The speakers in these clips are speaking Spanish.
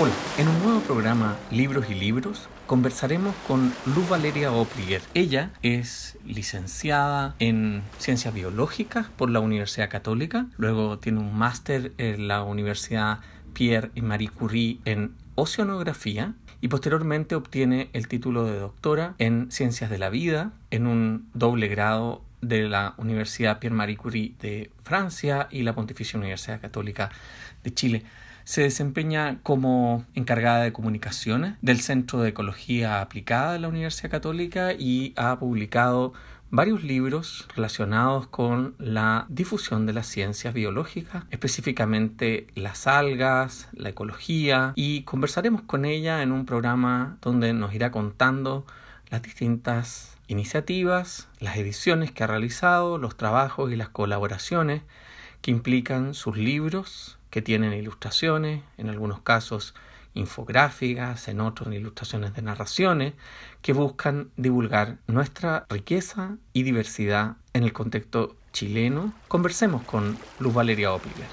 Hola, en un nuevo programa Libros y Libros conversaremos con Luz Valeria Opliger. Ella es licenciada en Ciencias Biológicas por la Universidad Católica, luego tiene un máster en la Universidad Pierre y Marie Curie en Oceanografía y posteriormente obtiene el título de doctora en Ciencias de la Vida en un doble grado de la Universidad Pierre Marie Curie de Francia y la Pontificia Universidad Católica de Chile. Se desempeña como encargada de comunicaciones del Centro de Ecología Aplicada de la Universidad Católica y ha publicado varios libros relacionados con la difusión de las ciencias biológicas, específicamente las algas, la ecología, y conversaremos con ella en un programa donde nos irá contando las distintas iniciativas, las ediciones que ha realizado, los trabajos y las colaboraciones que implican sus libros, que tienen ilustraciones, en algunos casos infográficas, en otros ilustraciones de narraciones, que buscan divulgar nuestra riqueza y diversidad en el contexto chileno. Conversemos con Luz Valeria Opliger.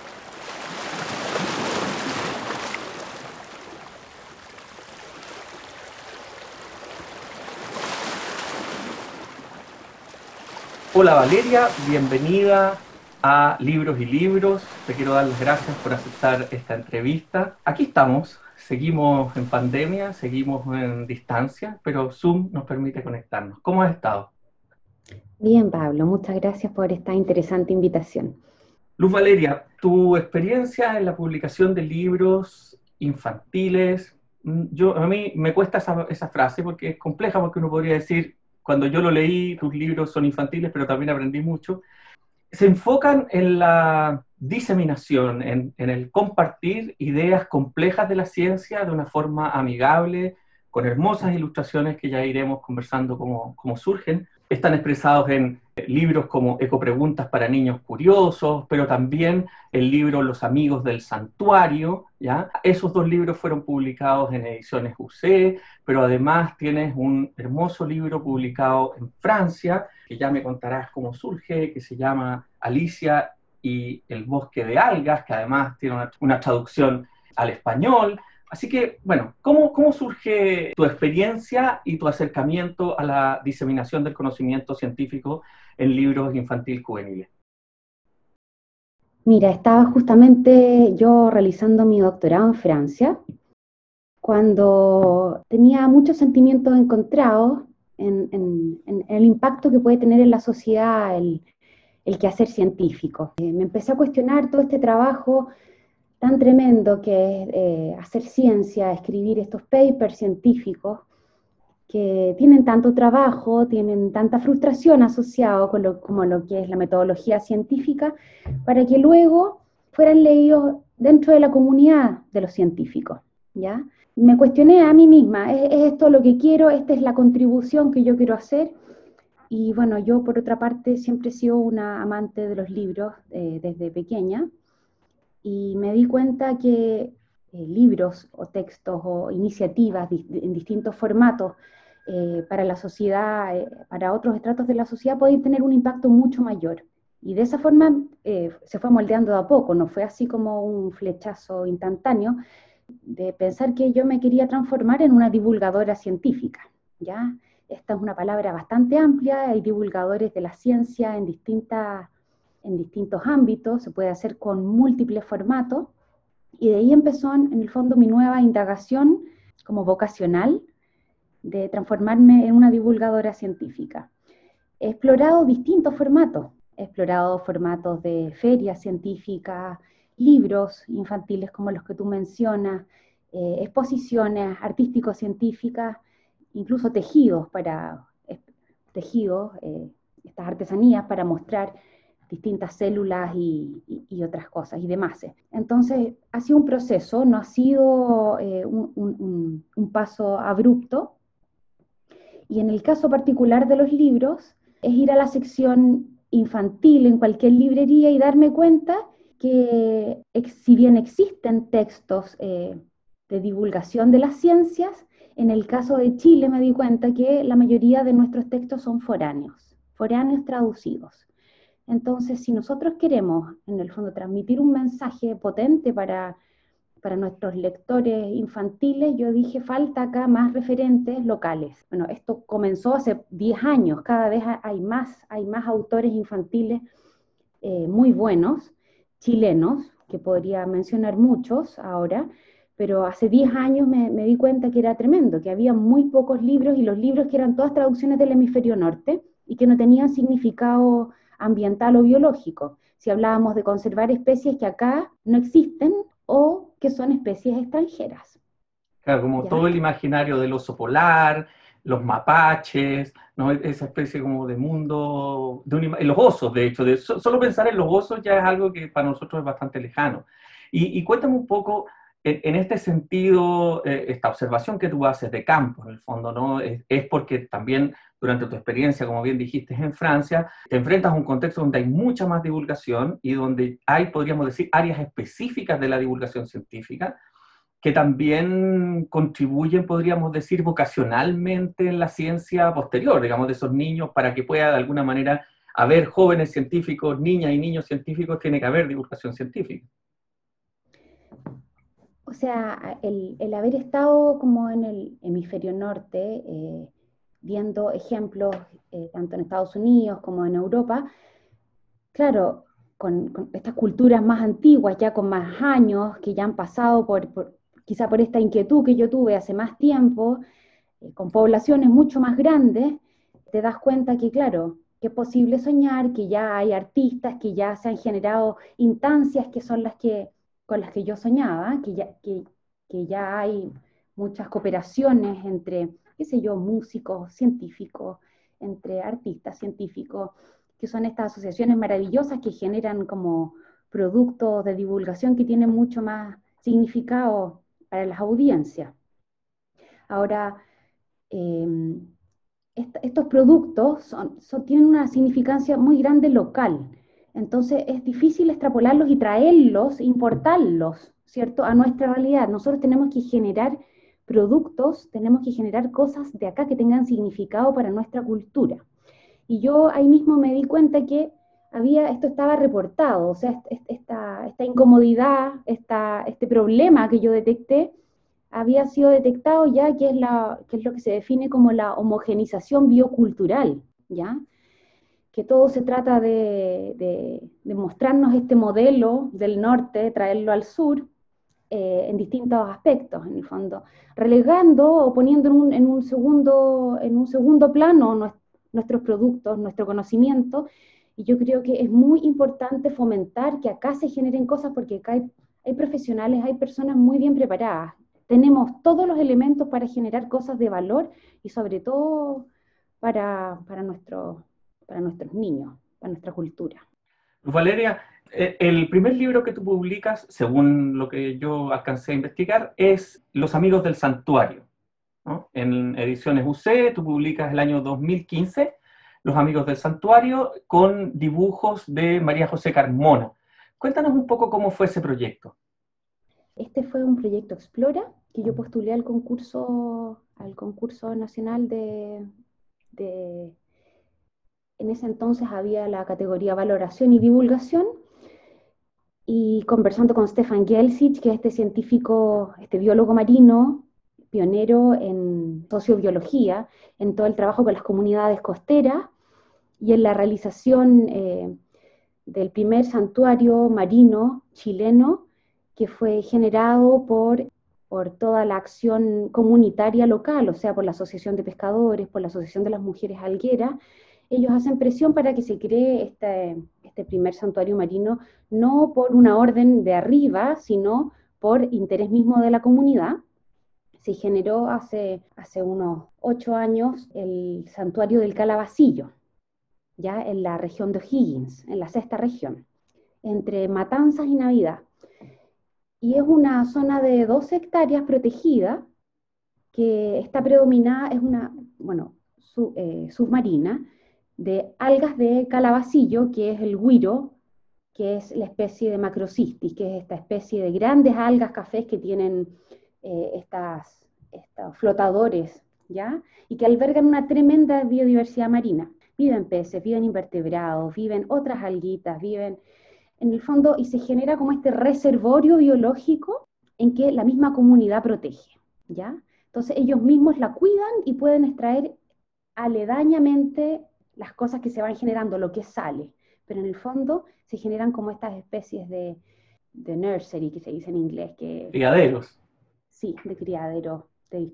Hola Valeria, bienvenida a Libros y Libros. Te quiero dar las gracias por aceptar esta entrevista. Aquí estamos, seguimos en pandemia, seguimos en distancia, pero Zoom nos permite conectarnos. ¿Cómo has estado? Bien, Pablo, muchas gracias por esta interesante invitación. Luz Valeria, tu experiencia en la publicación de libros infantiles, a mí me cuesta esa frase porque es compleja, porque uno podría decir, cuando yo lo leí, tus libros son infantiles, pero también aprendí mucho. Se enfocan en la diseminación, en el compartir ideas complejas de la ciencia de una forma amigable, con hermosas ilustraciones que ya iremos conversando cómo surgen. Están expresados en libros como Ecopreguntas para niños curiosos, pero también el libro Los amigos del santuario, ¿ya? Esos dos libros fueron publicados en ediciones UC, pero además tienes un hermoso libro publicado en Francia, que ya me contarás cómo surge, que se llama Alicia y el bosque de algas, que además tiene una traducción al español. Así que, bueno, ¿cómo surge tu experiencia y tu acercamiento a la diseminación del conocimiento científico en libros infantil juveniles? Mira, estaba justamente yo realizando mi doctorado en Francia cuando tenía muchos sentimientos encontrados en el impacto que puede tener en la sociedad el quehacer científico. Me empecé a cuestionar todo este trabajo tan tremendo que es hacer ciencia, escribir estos papers científicos que tienen tanto trabajo, tienen tanta frustración asociado como lo que es la metodología científica, para que luego fueran leídos dentro de la comunidad de los científicos, ¿ya? Me cuestioné a mí misma, ¿es esto lo que quiero? ¿Esta es la contribución que yo quiero hacer? Y bueno, yo por otra parte siempre he sido una amante de los libros desde pequeña, y me di cuenta que libros o textos o iniciativas en distintos formatos para la sociedad, para otros estratos de la sociedad, pueden tener un impacto mucho mayor. Y de esa forma se fue moldeando de a poco, no fue así como un flechazo instantáneo de pensar que yo me quería transformar en una divulgadora científica, ¿ya? Esta es una palabra bastante amplia, hay divulgadores de la ciencia en distintos ámbitos, se puede hacer con múltiples formatos, y de ahí empezó en el fondo mi nueva indagación como vocacional de transformarme en una divulgadora científica. He explorado distintos formatos, he explorado formatos de ferias científicas, libros infantiles como los que tú mencionas, exposiciones artístico-científicas, incluso tejidos, estas artesanías para mostrar distintas células y otras cosas y demás. Entonces, ha sido un proceso, no ha sido un paso abrupto, y en el caso particular de los libros, es ir a la sección infantil en cualquier librería y darme cuenta que si bien existen textos de divulgación de las ciencias, en el caso de Chile me di cuenta que la mayoría de nuestros textos son foráneos traducidos. Entonces, si nosotros queremos, en el fondo, transmitir un mensaje potente para nuestros lectores infantiles, yo dije, falta acá más referentes locales. Bueno, esto comenzó hace 10 años, cada vez hay más autores infantiles muy buenos, chilenos, que podría mencionar muchos ahora, pero hace 10 años me di cuenta que era tremendo, que había muy pocos libros y los libros que eran todas traducciones del hemisferio norte y que no tenían significado ambiental o biológico. Si hablábamos de conservar especies que acá no existen o que son especies extranjeras. Claro, como ¿Ya? todo el imaginario del oso polar, los mapaches, ¿no? Esa especie como de mundo, los osos, de hecho, solo pensar en los osos ya es algo que para nosotros es bastante lejano. Y cuéntame un poco, en este sentido, esta observación que tú haces de campo, en el fondo, ¿no? Es porque también durante tu experiencia, como bien dijiste, en Francia, te enfrentas a un contexto donde hay mucha más divulgación y donde hay, podríamos decir, áreas específicas de la divulgación científica que también contribuyen, podríamos decir, vocacionalmente en la ciencia posterior, digamos, de esos niños, para que pueda de alguna manera haber jóvenes científicos, niñas y niños científicos, tiene que haber divulgación científica. O sea, el haber estado como en el hemisferio norte, viendo ejemplos tanto en Estados Unidos como en Europa, claro, con estas culturas más antiguas, ya con más años, que ya han pasado quizá por esta inquietud que yo tuve hace más tiempo, con poblaciones mucho más grandes, te das cuenta que, claro, que es posible soñar, que ya hay artistas, que ya se han generado instancias que son con las que yo soñaba, que ya hay muchas cooperaciones entre, qué sé yo, músicos, científicos, entre artistas, científicos, que son estas asociaciones maravillosas que generan como productos de divulgación que tienen mucho más significado para las audiencias. Ahora, eh, estos productos tienen una significancia muy grande local. Entonces es difícil extrapolarlos y traerlos, importarlos, ¿cierto?, a nuestra realidad. Nosotros tenemos que generar productos, tenemos que generar cosas de acá que tengan significado para nuestra cultura. Y yo ahí mismo me di cuenta que esto estaba reportado, o sea, esta incomodidad, este problema que yo detecté, había sido detectado ya, que es lo que se define como la homogenización biocultural, ¿ya? Que todo se trata de mostrarnos este modelo del norte, traerlo al sur, en distintos aspectos, en el fondo, relegando o poniendo en un segundo plano nuestros productos, nuestro conocimiento, y yo creo que es muy importante fomentar que acá se generen cosas porque acá hay profesionales, hay personas muy bien preparadas, tenemos todos los elementos para generar cosas de valor y sobre todo para nuestros niños, para nuestra cultura. Valeria, el primer libro que tú publicas, según lo que yo alcancé a investigar, es Los Amigos del Santuario, ¿no? En ediciones UC, tú publicas el año 2015 Los Amigos del Santuario con dibujos de María José Carmona. Cuéntanos un poco cómo fue ese proyecto. Este fue un proyecto Explora, que yo postulé al concurso nacional en ese entonces había la categoría Valoración y Divulgación, y conversando con Stefan Gelsich, que es este científico, este biólogo marino, pionero en sociobiología, en todo el trabajo con las comunidades costeras y en la realización del primer santuario marino chileno que fue generado por toda la acción comunitaria local, o sea, por la Asociación de Pescadores, por la Asociación de las Mujeres Algueras. Ellos hacen presión para que se cree este primer santuario marino, no por una orden de arriba, sino por interés mismo de la comunidad. Se generó hace unos 8 años el santuario del Calabacillo, ya en la región de O'Higgins, en la sexta región, entre Matanzas y Navidad. Y es una zona de 12 hectáreas protegida, que está predominada, es una, bueno, submarina, de algas de calabacillo, que es el güiro, que es la especie de macrocistis, que es esta especie de grandes algas cafés que tienen estos flotadores, ¿ya? Y que albergan una tremenda biodiversidad marina. Viven peces, viven invertebrados, viven otras alguitas, viven en el fondo, y se genera como este reservorio biológico en que la misma comunidad protege, ¿ya? Entonces ellos mismos la cuidan y pueden extraer aledañamente las cosas que se van generando, lo que sale, pero en el fondo se generan como estas especies de nursery, que se dice en inglés, que Criaderos. sí, de criadero,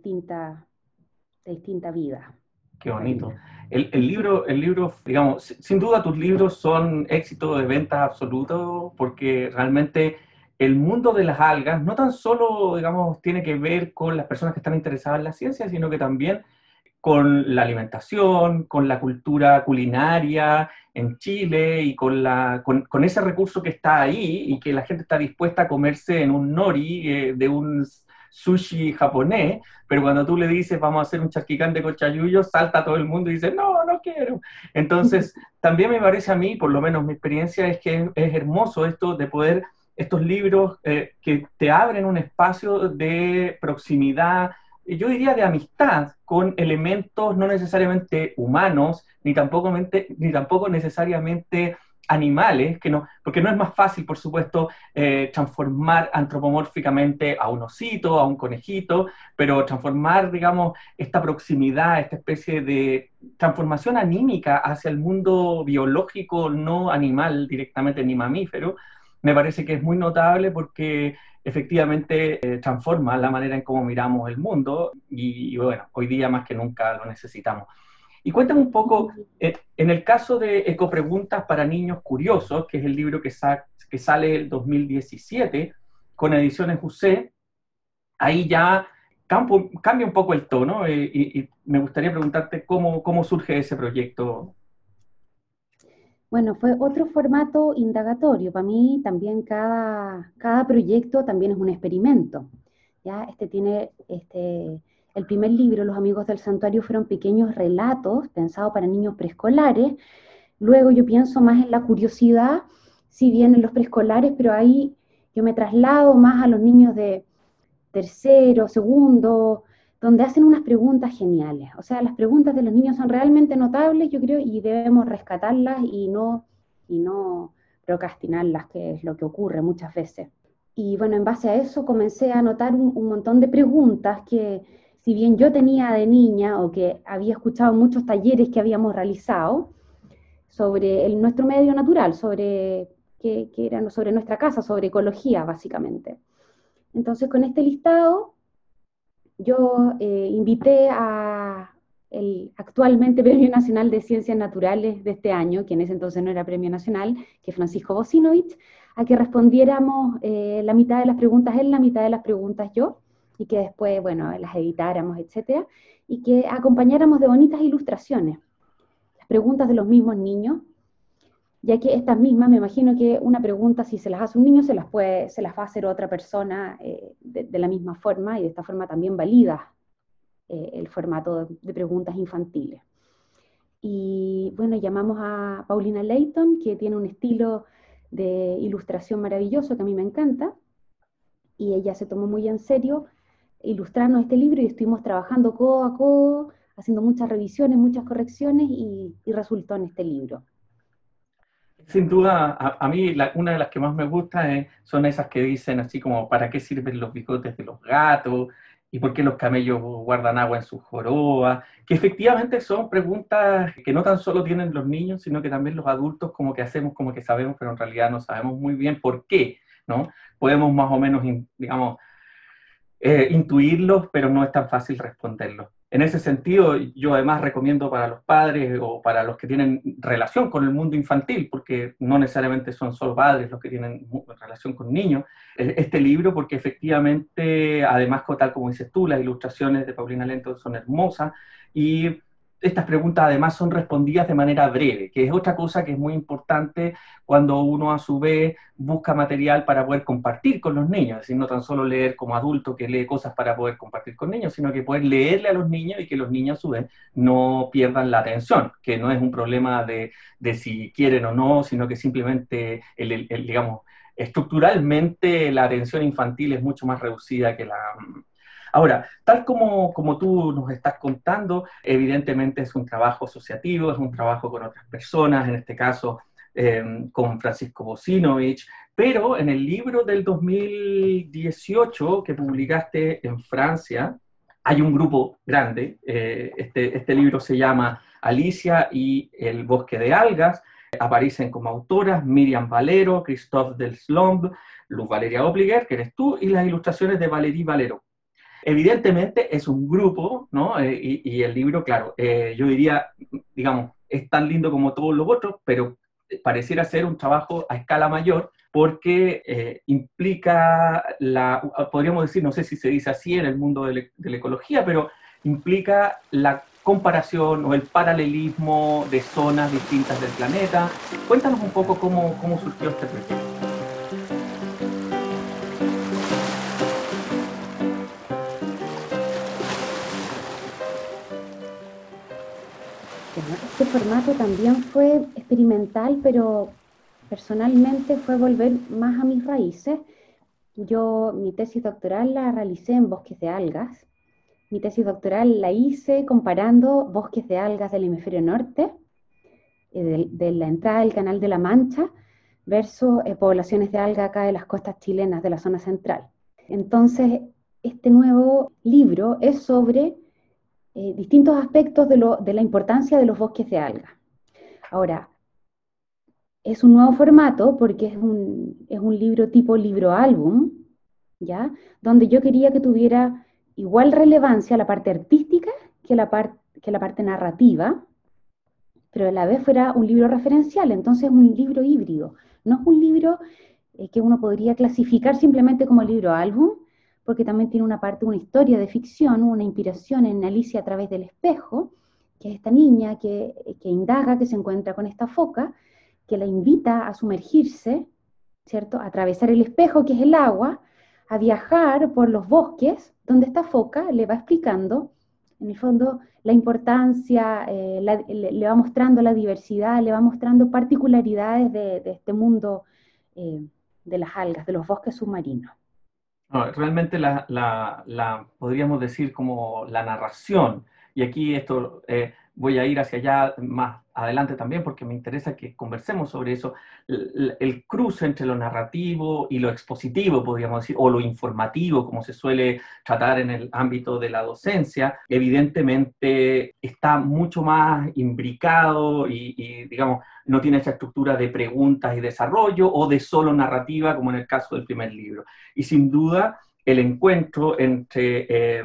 de distinta vida, Qué en bonito. realidad. Sí. El libro, digamos, sin duda tus libros son éxito de ventas absoluto porque realmente el mundo de las algas no tan solo, digamos, tiene que ver con las personas que están interesadas en la ciencia, sino que también con la alimentación, con la cultura culinaria en Chile y con ese recurso que está ahí y que la gente está dispuesta a comerse en un nori de un sushi japonés, pero cuando tú le dices vamos a hacer un charquicán con chayuyo, salta todo el mundo y dice no, no quiero. Entonces, también me parece a mí, por lo menos mi experiencia es que es hermoso esto de poder, estos libros que te abren un espacio de proximidad, yo diría de amistad, con elementos no necesariamente humanos, ni tampoco necesariamente animales, que no, porque no es más fácil, por supuesto, transformar antropomórficamente a un osito, a un conejito, pero transformar, digamos, esta proximidad, esta especie de transformación anímica hacia el mundo biológico no animal directamente ni mamífero, me parece que es muy notable porque efectivamente transforma la manera en cómo miramos el mundo y bueno, hoy día más que nunca lo necesitamos. Y cuéntame un poco, en el caso de Ecopreguntas para Niños Curiosos, que es el libro que sale el 2017 con Ediciones UC, ahí ya cambia un poco el tono y me gustaría preguntarte cómo surge ese proyecto. Bueno, fue otro formato indagatorio. Para mí también cada proyecto también es un experimento. ¿Ya? El primer libro, Los Amigos del Santuario, fueron pequeños relatos pensados para niños preescolares. Luego yo pienso más en la curiosidad, si bien en los preescolares, pero ahí yo me traslado más a los niños de tercero, segundo, donde hacen unas preguntas geniales. O sea, las preguntas de los niños son realmente notables, yo creo, y debemos rescatarlas y no procrastinarlas, que es lo que ocurre muchas veces. Y bueno, en base a eso comencé a anotar un montón de preguntas que, si bien yo tenía de niña o que había escuchado muchos talleres que habíamos realizado sobre nuestro medio natural, que eran sobre nuestra casa, sobre ecología, básicamente. Entonces, con este listado, yo invité a el actualmente Premio Nacional de Ciencias Naturales de este año, que en ese entonces no era Premio Nacional, que es Francisco Bosinovich, a que respondiéramos la mitad de las preguntas él, la mitad de las preguntas yo, y que después, bueno, las editáramos, etcétera, y que acompañáramos de bonitas ilustraciones, las preguntas de los mismos niños, ya que estas mismas, me imagino que una pregunta, si se las hace un niño, se las va a hacer otra persona de la misma forma, y de esta forma también valida el formato de preguntas infantiles. Y bueno, llamamos a Paulina Leighton, que tiene un estilo de ilustración maravilloso que a mí me encanta, y ella se tomó muy en serio ilustrarnos este libro y estuvimos trabajando codo a codo, haciendo muchas revisiones, muchas correcciones y resultó en este libro. Sin duda, a mí una de las que más me gusta son esas que dicen así como ¿para qué sirven los bigotes de los gatos? ¿Y por qué los camellos guardan agua en sus jorobas? Que efectivamente son preguntas que no tan solo tienen los niños, sino que también los adultos como que hacemos como que sabemos, pero en realidad no sabemos muy bien por qué, ¿no? Podemos más o menos, digamos, intuirlos, pero no es tan fácil responderlos. En ese sentido, yo además recomiendo para los padres o para los que tienen relación con el mundo infantil, porque no necesariamente son solo padres los que tienen relación con niños, este libro, porque efectivamente, además, tal como dices tú, las ilustraciones de Paulina Lento son hermosas y estas preguntas además son respondidas de manera breve, que es otra cosa que es muy importante cuando uno a su vez busca material para poder compartir con los niños, es decir, no tan solo leer como adulto que lee cosas para poder compartir con niños, sino que poder leerle a los niños y que los niños a su vez no pierdan la atención, que no es un problema de si quieren o no, sino que simplemente, digamos, estructuralmente la atención infantil es mucho más reducida que la... Ahora, tal como tú nos estás contando, evidentemente es un trabajo asociativo, es un trabajo con otras personas, en este caso con Francisco Bosinovich, pero en el libro del 2018 que publicaste en Francia, hay un grupo grande. Este libro se llama Alicia y el bosque de algas. Aparecen como autoras Miriam Valero, Christophe Delslombe, Luz Valeria Opliger, que eres tú, y las ilustraciones de Valérie Valero. Evidentemente es un grupo, ¿no? Y el libro, claro, yo diría, digamos, es tan lindo como todos los otros, pero pareciera ser un trabajo a escala mayor porque implica podríamos decir, no sé si se dice así en el mundo de la ecología, pero implica la comparación o el paralelismo de zonas distintas del planeta. Cuéntanos un poco cómo surgió este proyecto. Bueno, este formato también fue experimental, pero personalmente fue volver más a mis raíces. Yo mi tesis doctoral la realicé en bosques de algas. Mi tesis doctoral la hice comparando bosques de algas del hemisferio norte, de la entrada del Canal de la Mancha, versus poblaciones de algas acá de las costas chilenas de la zona central. Entonces, este nuevo libro es sobre distintos aspectos de la importancia de los bosques de algas. Ahora, es un nuevo formato porque es un libro tipo libro-álbum, ¿ya? Donde yo quería que tuviera igual relevancia la parte artística que que la parte narrativa, pero a la vez fuera un libro referencial, entonces un libro híbrido. No es un libro que uno podría clasificar simplemente como libro-álbum, porque también tiene una parte, una historia de ficción, una inspiración en Alicia a través del espejo, que es esta niña que indaga, que se encuentra con esta foca, que la invita a sumergirse, ¿cierto? A atravesar el espejo, que es el agua, a viajar por los bosques, donde esta foca le va explicando, en el fondo, la importancia, le va mostrando la diversidad, le va mostrando particularidades de este mundo de las algas, de los bosques submarinos. No, realmente podríamos decir como la narración, y aquí esto voy a ir hacia allá más adelante también porque me interesa que conversemos sobre eso, el cruce entre lo narrativo y lo expositivo, podríamos decir, o lo informativo, como se suele tratar en el ámbito de la docencia, evidentemente está mucho más imbricado y digamos, no tiene esa estructura de preguntas y desarrollo o de solo narrativa como en el caso del primer libro. Y sin duda, el encuentro entre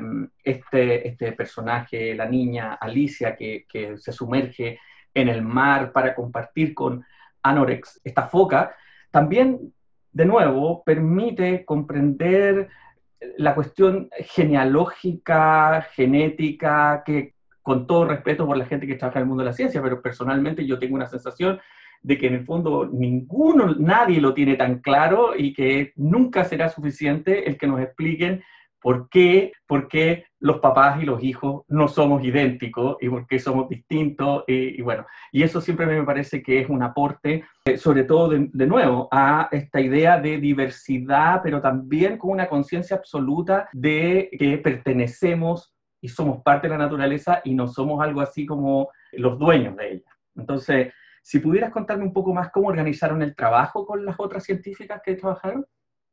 este personaje, la niña Alicia, que se sumerge en el mar para compartir con Anorex, esta foca, también, de nuevo, permite comprender la cuestión genealógica, genética, que con todo respeto por la gente que trabaja en el mundo de la ciencia, pero personalmente yo tengo una sensación de que en el fondo nadie lo tiene tan claro y que nunca será suficiente el que nos expliquen por qué los papás y los hijos no somos idénticos y por qué somos distintos. Y bueno, y eso siempre me parece que es un aporte, sobre todo de nuevo, a esta idea de diversidad, pero también con una conciencia absoluta de que pertenecemos y somos parte de la naturaleza y no somos algo así como los dueños de ella. Entonces, si pudieras contarme un poco más cómo organizaron el trabajo con las otras científicas que trabajaron.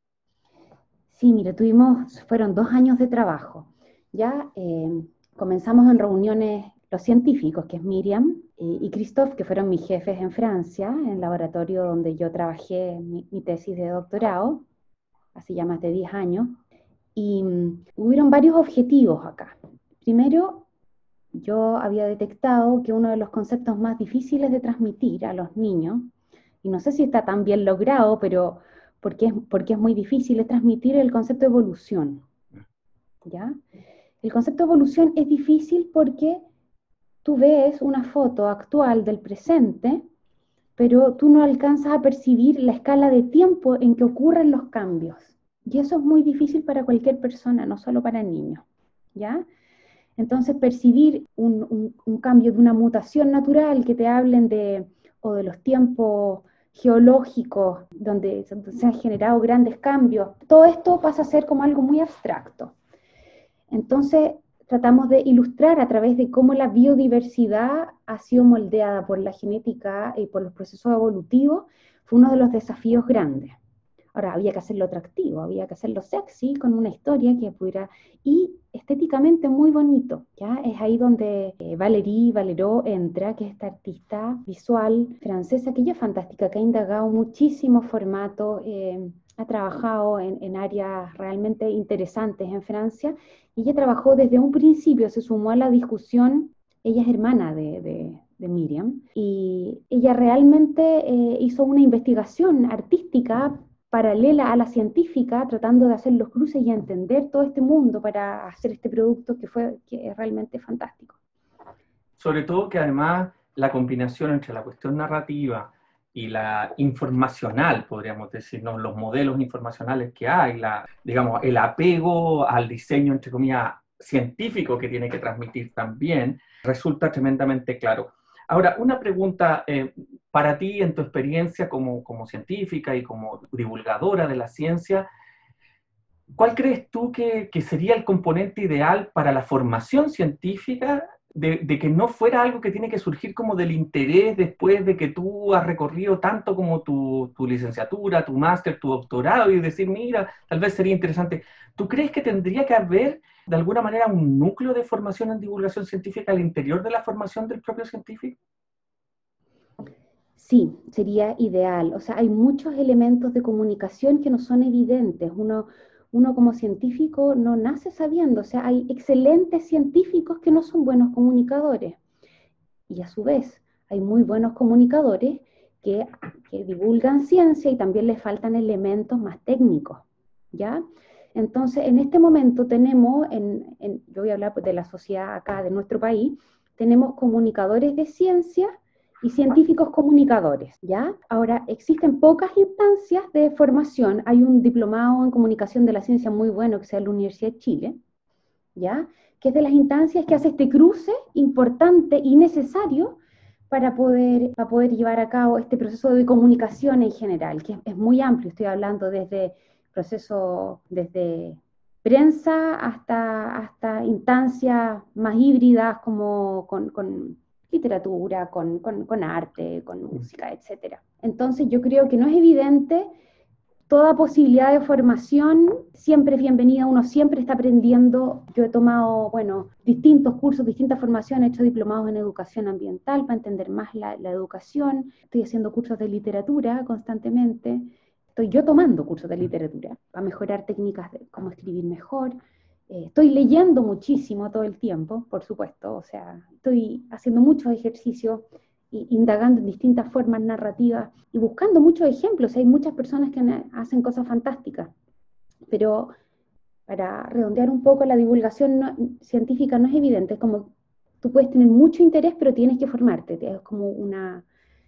Sí, mira, fueron 2 años de trabajo. Ya comenzamos en reuniones los científicos, que es Miriam y Christophe, que fueron mis jefes en Francia, en el laboratorio donde yo trabajé mi tesis de doctorado, hace ya más de 10 años. Y hubieron varios objetivos acá. Primero, yo había detectado que uno de los conceptos más difíciles de transmitir a los niños, y no sé si está tan bien logrado, pero porque es muy difícil, es transmitir el concepto de evolución. ¿Ya? El concepto de evolución es difícil porque tú ves una foto actual del presente, pero tú no alcanzas a percibir la escala de tiempo en que ocurren los cambios. Y eso es muy difícil para cualquier persona, no solo para niños. ¿Ya? Entonces, percibir un cambio de una mutación natural que te hablen o de los tiempos geológicos donde se han generado grandes cambios, todo esto pasa a ser como algo muy abstracto. Entonces, tratamos de ilustrar a través de cómo la biodiversidad ha sido moldeada por la genética y por los procesos evolutivos. Fue uno de los desafíos grandes. Ahora, había que hacerlo atractivo, había que hacerlo sexy, con una historia que pudiera, y estéticamente muy bonito, ¿ya? Es ahí donde Valérie Vallereau entra, que es esta artista visual francesa, que ella es fantástica, que ha indagado muchísimos formatos, ha trabajado en áreas realmente interesantes en Francia, y ella trabajó desde un principio, se sumó a la discusión. Ella es hermana de Miriam, y ella realmente hizo una investigación artística paralela a la científica, tratando de hacer los cruces y entender todo este mundo para hacer este producto que es realmente fantástico. Sobre todo que además la combinación entre la cuestión narrativa y la informacional, podríamos decir, ¿no? Los modelos informacionales que hay, digamos, el apego al diseño, entre comillas, científico que tiene que transmitir también, resulta tremendamente claro. Ahora, una pregunta para ti, en tu experiencia como científica y como divulgadora de la ciencia, ¿cuál crees tú que sería el componente ideal para la formación científica de que no fuera algo que tiene que surgir como del interés después de que tú has recorrido tanto como tu licenciatura, tu máster, tu doctorado y decir, mira, tal vez sería interesante? ¿Tú crees que tendría que haber de alguna manera un núcleo de formación en divulgación científica al interior de la formación del propio científico? Sí, sería ideal. O sea, hay muchos elementos de comunicación que no son evidentes. Uno como científico no nace sabiendo. O sea, hay excelentes científicos que no son buenos comunicadores. Y a su vez, hay muy buenos comunicadores que divulgan ciencia y también les faltan elementos más técnicos, ¿ya? Entonces, en este momento tenemos, yo voy a hablar de la sociedad acá de nuestro país, tenemos comunicadores de ciencia y científicos comunicadores, ¿ya? Ahora, existen pocas instancias de formación. Hay un diplomado en comunicación de la ciencia muy bueno que se llama la Universidad de Chile, ¿ya? Que es de las instancias que hace este cruce importante y necesario para poder llevar a cabo este proceso de comunicación en general, que es muy amplio. Estoy hablando desde prensa hasta instancias más híbridas como con literatura, con arte, con música, etc. Entonces yo creo que no es evidente. Toda posibilidad de formación siempre es bienvenida, uno siempre está aprendiendo. Yo he tomado, bueno, distintos cursos, distintas formaciones, he hecho diplomados en educación ambiental para entender más la educación, estoy haciendo cursos de literatura constantemente, estoy yo tomando cursos de literatura para mejorar técnicas de cómo escribir mejor. Estoy leyendo muchísimo todo el tiempo, por supuesto, o sea, estoy haciendo muchos ejercicios, indagando en distintas formas narrativas y buscando muchos ejemplos. Hay muchas personas que hacen cosas fantásticas, pero para redondear un poco, la divulgación científica no es evidente. Es como tú puedes tener mucho interés, pero tienes que formarte. Es como una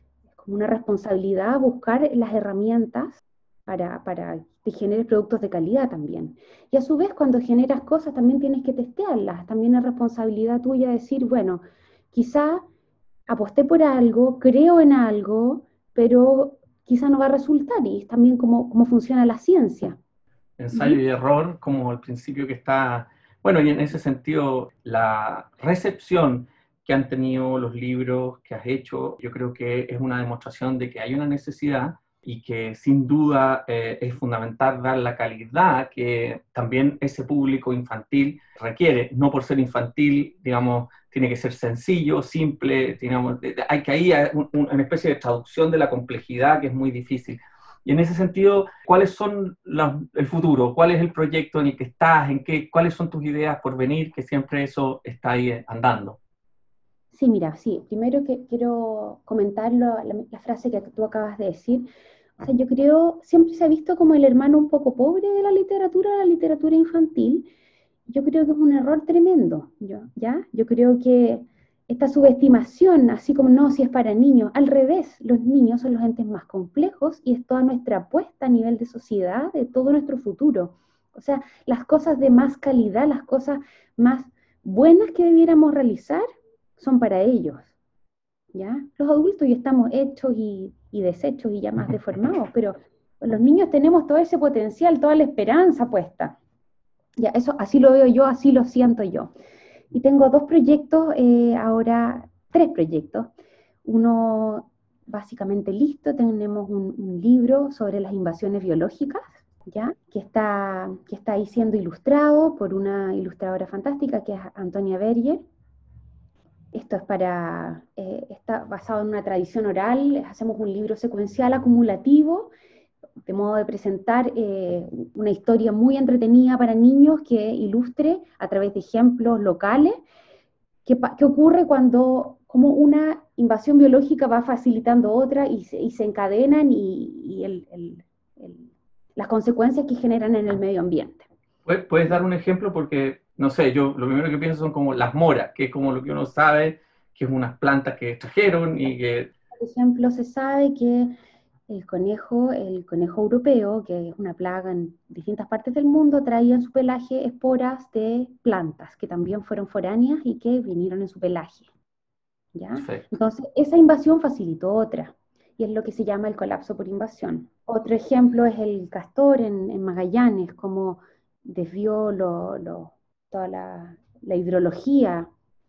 responsabilidad buscar las herramientas para que generes productos de calidad también. Y a su vez, cuando generas cosas, también tienes que testearlas. También es responsabilidad tuya decir, bueno, quizá aposté por algo, creo en algo, pero quizá no va a resultar, y es también cómo funciona la ciencia. Ensayo y error, como al principio que está, bueno, y en ese sentido, la recepción que han tenido los libros que has hecho, yo creo que es una demostración de que hay una necesidad y que sin duda es fundamental dar la calidad que también ese público infantil requiere. No por ser infantil, digamos, tiene que ser sencillo, simple, digamos, hay que ahí una especie de traducción de la complejidad que es muy difícil. Y en ese sentido, ¿cuáles son el futuro? ¿Cuál es el proyecto en el que estás? ¿Cuáles son tus ideas por venir? Que siempre eso está ahí andando. Sí, mira, sí, primero que quiero comentar la frase que tú acabas de decir. O sea, yo creo, siempre se ha visto como el hermano un poco pobre de la literatura infantil. Yo creo que es un error tremendo, ¿ya? Yo creo que esta subestimación, así como no, si es para niños, al revés, los niños son los entes más complejos y es toda nuestra apuesta a nivel de sociedad, de todo nuestro futuro. O sea, las cosas de más calidad, las cosas más buenas que debiéramos realizar son para ellos, ¿ya? Los adultos ya estamos hechos y deshechos y ya más deformados, pero los niños tenemos todo ese potencial, toda la esperanza puesta. Ya, eso así lo veo yo, así lo siento yo. Y tengo dos proyectos, ahora tres proyectos. Uno básicamente listo, tenemos un libro sobre las invasiones biológicas, ¿ya? Que está ahí siendo ilustrado por una ilustradora fantástica que es Antonia Berger. Esto está basado en una tradición oral, hacemos un libro secuencial acumulativo, de modo de presentar una historia muy entretenida para niños que ilustre a través de ejemplos locales qué ocurre cuando como una invasión biológica va facilitando otra y se encadenan las consecuencias que generan en el medio ambiente. ¿Puedes dar un ejemplo? Porque, no sé, yo lo primero que pienso son como las moras, que es como lo que uno sabe, que es unas plantas que extrajeron y que... Por ejemplo, se sabe que el conejo europeo, que es una plaga en distintas partes del mundo, traía en su pelaje esporas de plantas que también fueron foráneas y que vinieron en su pelaje, ¿ya? Perfecto. Entonces, esa invasión facilitó otra, y es lo que se llama el colapso por invasión. Otro ejemplo es el castor en Magallanes, como desvió toda la hidrología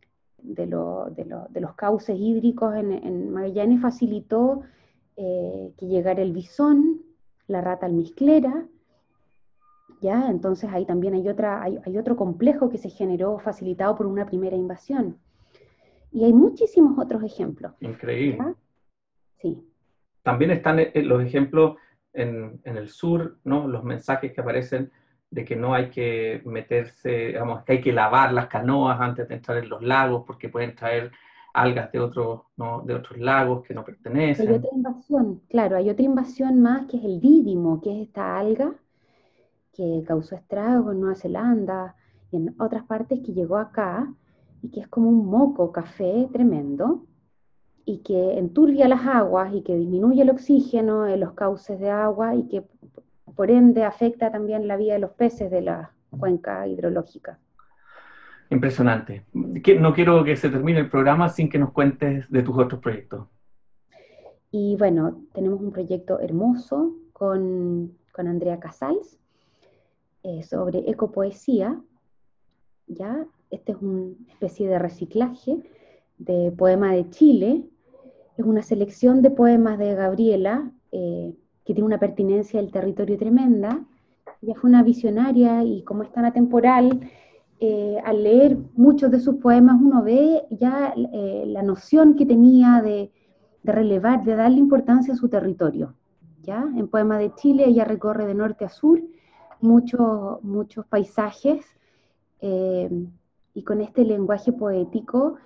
de los cauces hídricos en Magallanes, facilitó que llegara el bisón, la rata almizclera, ¿ya? Entonces ahí también hay otro complejo que se generó facilitado por una primera invasión. Y hay muchísimos otros ejemplos, Increíble. ¿ya? Sí. También están los ejemplos en el sur, ¿no? Los mensajes que aparecen de que no hay que meterse, digamos, que hay que lavar las canoas antes de entrar en los lagos porque pueden traer algas de otros, ¿no? De otros lagos que no Hay pertenecen. otra invasión, claro, hay otra invasión más que es el dídimo, que es esta alga que causó estragos en Nueva Zelanda y en otras partes, que llegó acá y que es como un moco café tremendo y que enturbia las aguas y que disminuye el oxígeno en los cauces de agua y que por ende afecta también la vida de los peces de la cuenca hidrológica. Impresionante. No quiero que se termine el programa sin que nos cuentes de tus otros proyectos. Y bueno, tenemos un proyecto hermoso con Andrea Casals sobre ecopoesía, ¿ya? Este es una especie de reciclaje de poema de Chile. Es una selección de poemas de Gabriela, que tiene una pertinencia del territorio tremenda. Ella fue una visionaria y como es tan atemporal, al leer muchos de sus poemas uno ve ya la noción que tenía de relevar, de darle importancia a su territorio. ¿Ya? En Poema de Chile ella recorre de norte a sur muchos paisajes, eh, y con este lenguaje poético,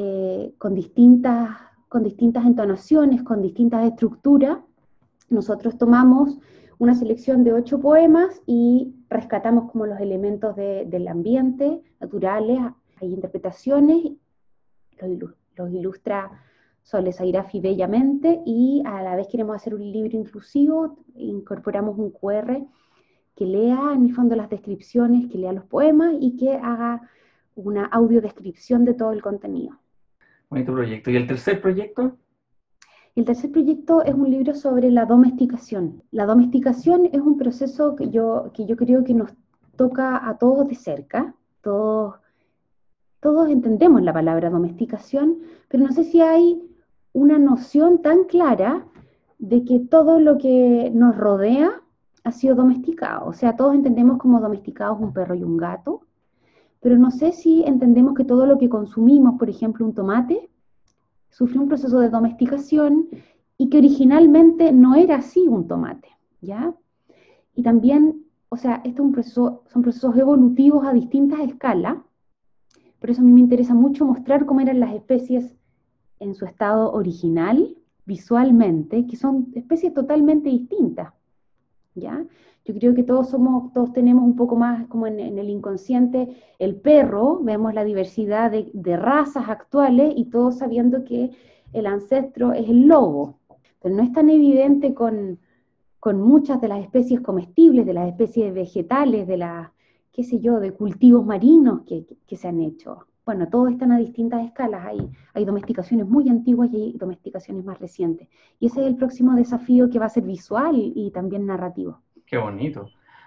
con distintas entonaciones, con distintas estructuras, nosotros tomamos una selección de 8 poemas y rescatamos como los elementos del ambiente, naturales, hay interpretaciones, los ilustra Sole Sairafi bellamente, y a la vez queremos hacer un libro inclusivo, incorporamos un QR que lea en el fondo las descripciones, que lea los poemas y que haga una audiodescripción de todo el contenido. Bonito proyecto. ¿Y el tercer proyecto? El tercer proyecto es un libro sobre la domesticación. La domesticación es un proceso que yo creo que nos toca a todos de cerca. Todos entendemos la palabra domesticación, pero no sé si hay una noción tan clara de que todo lo que nos rodea ha sido domesticado. O sea, todos entendemos como domesticados un perro y un gato, pero no sé si entendemos que todo lo que consumimos, por ejemplo, un tomate, sufrió un proceso de domesticación y que originalmente no era así un tomate, ¿ya? Y también, o sea, son procesos evolutivos a distintas escalas. Por eso a mí me interesa mucho mostrar cómo eran las especies en su estado original, visualmente, que son especies totalmente distintas, ¿ya? Yo creo que todos tenemos un poco más como en el inconsciente el perro, vemos la diversidad de razas actuales y todos sabiendo que el ancestro es el lobo, pero no es tan evidente con muchas de las especies comestibles, de las especies vegetales, qué sé yo, de cultivos marinos que se han hecho. Bueno, todos están a distintas escalas, hay domesticaciones muy antiguas y hay domesticaciones más recientes. Y ese es el próximo desafío, que va a ser visual y también narrativo. Qué bonito.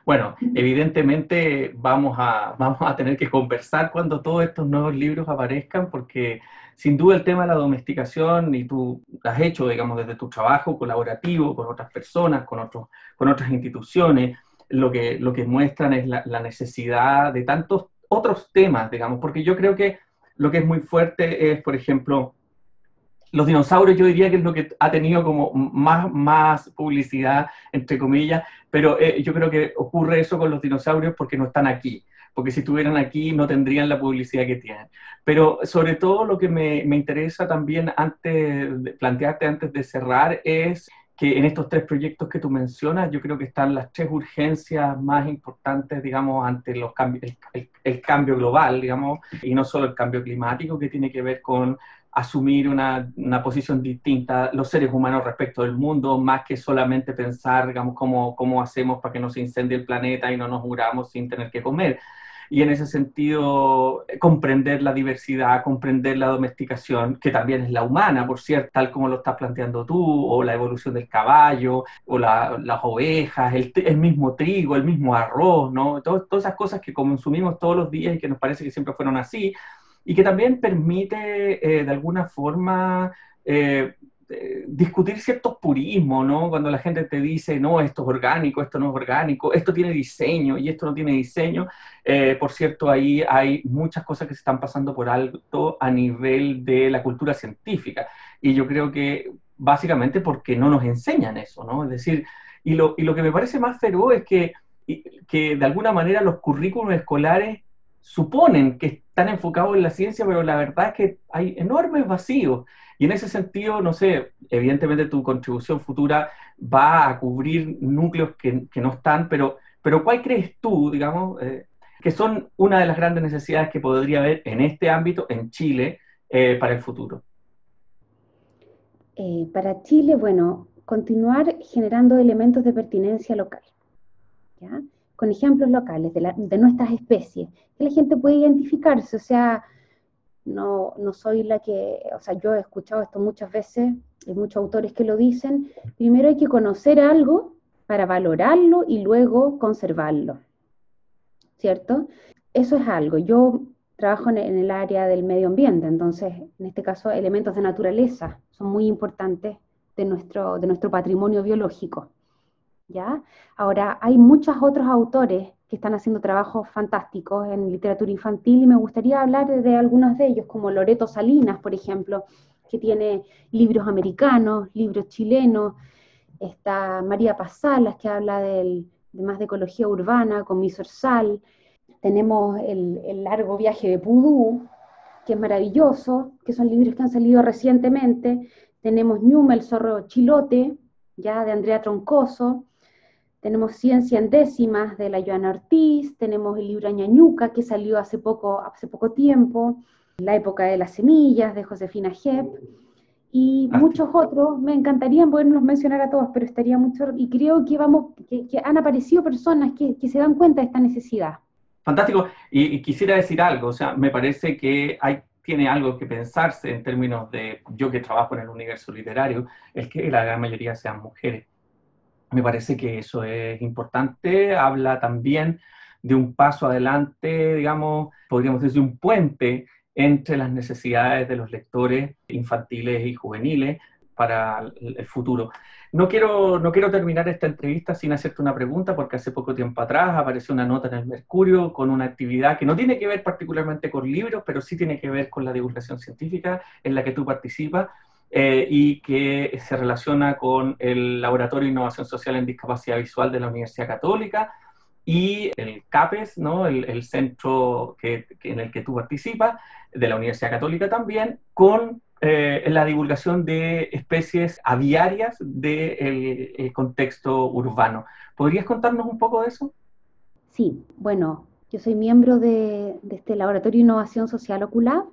Bueno, evidentemente vamos a tener que conversar cuando todos estos nuevos libros aparezcan, porque sin duda el tema de la domesticación, y tú lo has hecho, digamos, desde tu trabajo colaborativo con otras personas, con otras instituciones, lo que muestran es la necesidad de tantos otros temas, digamos, porque yo creo que lo que es muy fuerte es, por ejemplo, los dinosaurios. Yo diría que es lo que ha tenido como más publicidad, entre comillas, pero yo creo que ocurre eso con los dinosaurios porque no están aquí, porque si estuvieran aquí no tendrían la publicidad que tienen. Pero sobre todo lo que me interesa también plantearte antes de cerrar es que en estos tres proyectos que tú mencionas, yo creo que están las tres urgencias más importantes, digamos, ante los cambios, el cambio global, digamos, y no solo el cambio climático, que tiene que ver con asumir una posición distinta los seres humanos respecto del mundo, más que solamente pensar, digamos, cómo hacemos para que no se incendie el planeta y no nos muramos sin tener que comer. Y en ese sentido, comprender la diversidad, comprender la domesticación, que también es la humana, por cierto, tal como lo estás planteando tú, o la evolución del caballo, o las ovejas, el mismo trigo, el mismo arroz, ¿no? Todas esas cosas que consumimos todos los días y que nos parece que siempre fueron así, y que también permite de alguna forma discutir ciertos purismos, ¿no? Cuando la gente te dice, no, esto es orgánico, esto no es orgánico, esto tiene diseño y esto no tiene diseño. Por cierto, ahí hay muchas cosas que se están pasando por alto a nivel de la cultura científica. Y yo creo que básicamente porque no nos enseñan eso, ¿no? Es decir, y lo que me parece más feroz es que de alguna manera los currículos escolares suponen que están enfocados en la ciencia, pero la verdad es que hay enormes vacíos. Y en ese sentido, no sé, evidentemente tu contribución futura va a cubrir núcleos que no están, pero ¿cuál crees tú, digamos, que son una de las grandes necesidades que podría haber en este ámbito en Chile para el futuro? Para Chile, bueno, continuar generando elementos de pertinencia local, ¿ya? Con ejemplos locales de nuestras especies, que la gente puede identificarse. O sea, no soy la que, o sea, yo he escuchado esto muchas veces, hay muchos autores que lo dicen. Primero hay que conocer algo para valorarlo y luego conservarlo, ¿cierto? Eso es algo. Yo trabajo en el área del medio ambiente, entonces, en este caso, elementos de naturaleza son muy importantes de nuestro patrimonio biológico, ¿ya? Ahora, hay muchos otros autores que están haciendo trabajos fantásticos en literatura infantil y me gustaría hablar de algunos de ellos, como Loreto Salinas, por ejemplo, que tiene libros americanos, libros chilenos. Está María Paz Salas, que habla de más de ecología urbana, con Misorsal. Tenemos el largo viaje de Pudú, que es maravilloso, que son libros que han salido recientemente. Tenemos Ñume, el zorro chilote, ya de Andrea Troncoso. Tenemos Ciencia en décimas de la Joana Ortiz. Tenemos el libro Ñañuca, que salió hace poco tiempo. La época de las semillas, de Josefina Hepp. Y muchos otros. Me encantaría poderlos mencionar a todos, pero estaría mucho. Y creo que han aparecido personas que se dan cuenta de esta necesidad. Fantástico. Y quisiera decir algo, o sea, me parece que tiene algo que pensarse en términos de, yo que trabajo en el universo literario, es que la gran mayoría sean mujeres. Me parece que eso es importante, habla también de un paso adelante, digamos, podríamos decir un puente entre las necesidades de los lectores infantiles y juveniles para el futuro. No quiero terminar esta entrevista sin hacerte una pregunta, porque hace poco tiempo atrás apareció una nota en el Mercurio con una actividad que no tiene que ver particularmente con libros, pero sí tiene que ver con la divulgación científica en la que tú participas, y que se relaciona con el Laboratorio de Innovación Social en Discapacidad Visual de la Universidad Católica y el CAPES, ¿no? El centro en el que tú participas, de la Universidad Católica también, con la divulgación de especies aviarias del contexto urbano. ¿Podrías contarnos un poco de eso? Sí, bueno, yo soy miembro de este Laboratorio de Innovación Social Oculab,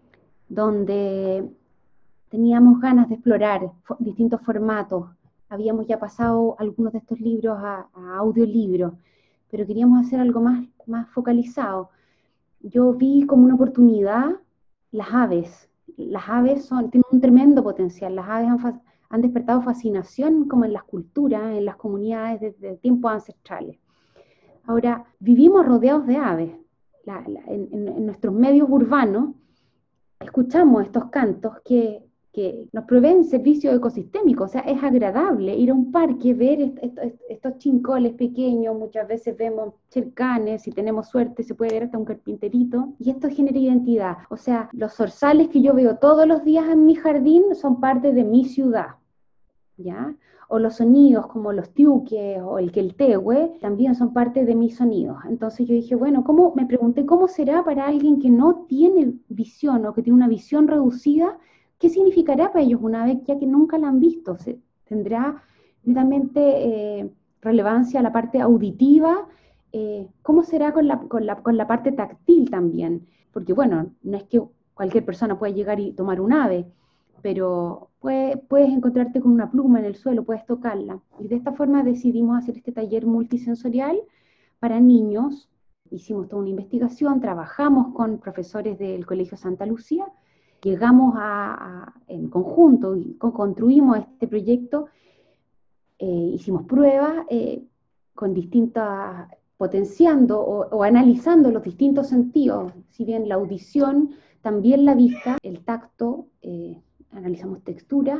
donde teníamos ganas de explorar distintos formatos. Habíamos ya pasado algunos de estos libros a audiolibros, pero queríamos hacer algo más focalizado. Yo vi como una oportunidad las aves. Las aves tienen un tremendo potencial. Las aves han despertado fascinación como en las culturas, en las comunidades desde tiempos ancestrales. Ahora, vivimos rodeados de aves. En nuestros medios urbanos escuchamos estos cantos que nos proveen servicios ecosistémicos, o sea, es agradable ir a un parque, ver estos chincoles pequeños, muchas veces vemos chercanes, si tenemos suerte se puede ver hasta un carpinterito, y esto genera identidad, o sea, los zorzales que yo veo todos los días en mi jardín son parte de mi ciudad, ¿ya? O los sonidos como los tiuques o el queltehue también son parte de mis sonidos. Entonces yo dije, bueno, me pregunté cómo será para alguien que no tiene visión o que tiene una visión reducida, qué significará para ellos una vez ya que nunca la han visto. ¿Tendrá netamente relevancia la parte auditiva? ¿Cómo será con la parte táctil también? Porque bueno, no es que cualquier persona pueda llegar y tomar un ave, pero puedes encontrarte con una pluma en el suelo, puedes tocarla. Y de esta forma decidimos hacer este taller multisensorial para niños. Hicimos toda una investigación, trabajamos con profesores del Colegio Santa Lucía, llegamos en conjunto y construimos este proyecto, hicimos pruebas con distintas, potenciando o analizando los distintos sentidos, si bien la audición, también la vista, el tacto, analizamos textura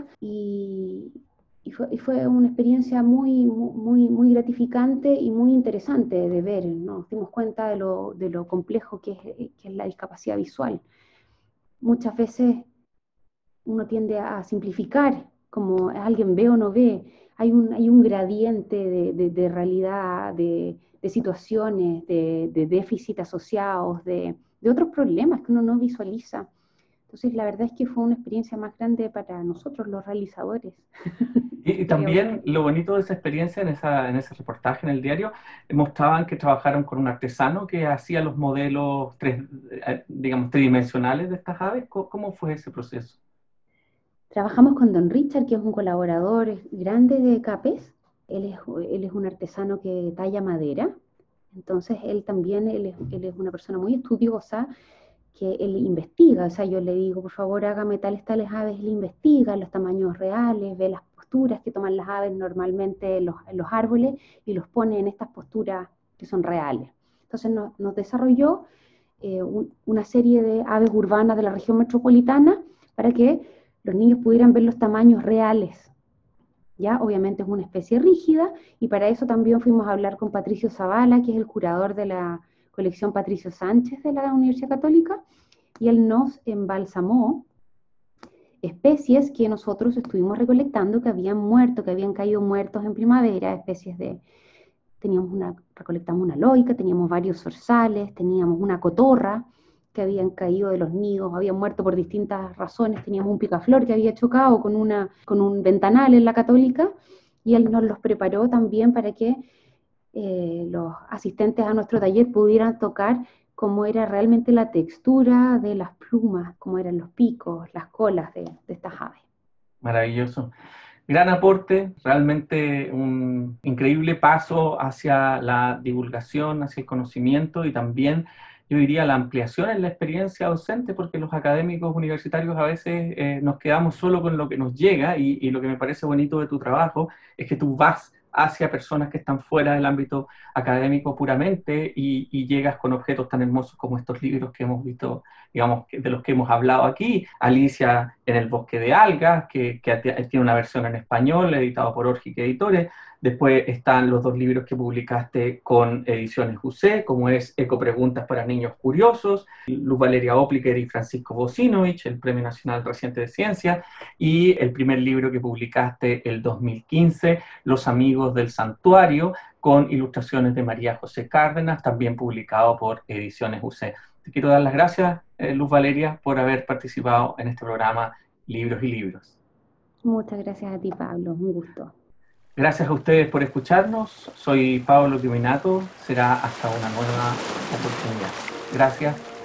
y fue una experiencia muy gratificante y muy interesante de ver, ¿no? Nos dimos cuenta de lo complejo que es la discapacidad visual. Muchas veces uno tiende a simplificar, como alguien ve o no ve, hay un gradiente de realidad, de situaciones, de déficit asociados, de otros problemas que uno no visualiza. Entonces, la verdad es que fue una experiencia más grande para nosotros, los realizadores. Y también lo bonito de esa experiencia en ese reportaje en el diario, mostraban que trabajaron con un artesano que hacía los modelos digamos, tridimensionales de estas aves. ¿Cómo fue ese proceso? Trabajamos con Don Richard, que es un colaborador grande de CAPES. Él es un artesano que talla madera. Entonces, él es una persona muy estudiosa, que él investiga, o sea, yo le digo, por favor, hágame tales aves, él investiga los tamaños reales, ve las posturas que toman las aves normalmente en los árboles y los pone en estas posturas que son reales. Entonces nos desarrolló una serie de aves urbanas de la región metropolitana para que los niños pudieran ver los tamaños reales. ¿Ya? Obviamente es una especie rígida y para eso también fuimos a hablar con Patricio Zavala, que es el curador de la colección Patricio Sánchez de la Universidad Católica, y él nos embalsamó especies que nosotros estuvimos recolectando que habían muerto, que habían caído muertos en primavera, recolectamos una loica, teníamos varios zorzales, teníamos una cotorra que habían caído de los nidos, habían muerto por distintas razones, teníamos un picaflor que había chocado con un ventanal en la Católica, y él nos los preparó también para que los asistentes a nuestro taller pudieran tocar cómo era realmente la textura de las plumas, cómo eran los picos, las colas de estas aves. Maravilloso. Gran aporte, realmente un increíble paso hacia la divulgación, hacia el conocimiento y también, yo diría, la ampliación en la experiencia docente, porque los académicos universitarios a veces nos quedamos solo con lo que nos llega y lo que me parece bonito de tu trabajo es que tú vas hacia personas que están fuera del ámbito académico puramente y llegas con objetos tan hermosos como estos libros que hemos visto, digamos, de los que hemos hablado aquí. Alicia en el bosque de algas, que tiene una versión en español, editado por Orgic Editores. Después están los dos libros que publicaste con Ediciones UC, como es Ecopreguntas para niños curiosos, Luz Valeria Opliger y Francisco Bosinovich, el Premio Nacional Reciente de Ciencia, y el primer libro que publicaste el 2015, Los Amigos del Santuario, con ilustraciones de María José Cárdenas, también publicado por Ediciones UC. Te quiero dar las gracias, Luz Valeria, por haber participado en este programa Libros y Libros. Muchas gracias a ti, Pablo, un gusto. Gracias a ustedes por escucharnos. Soy Pablo Quiminato. Será hasta una nueva oportunidad. Gracias.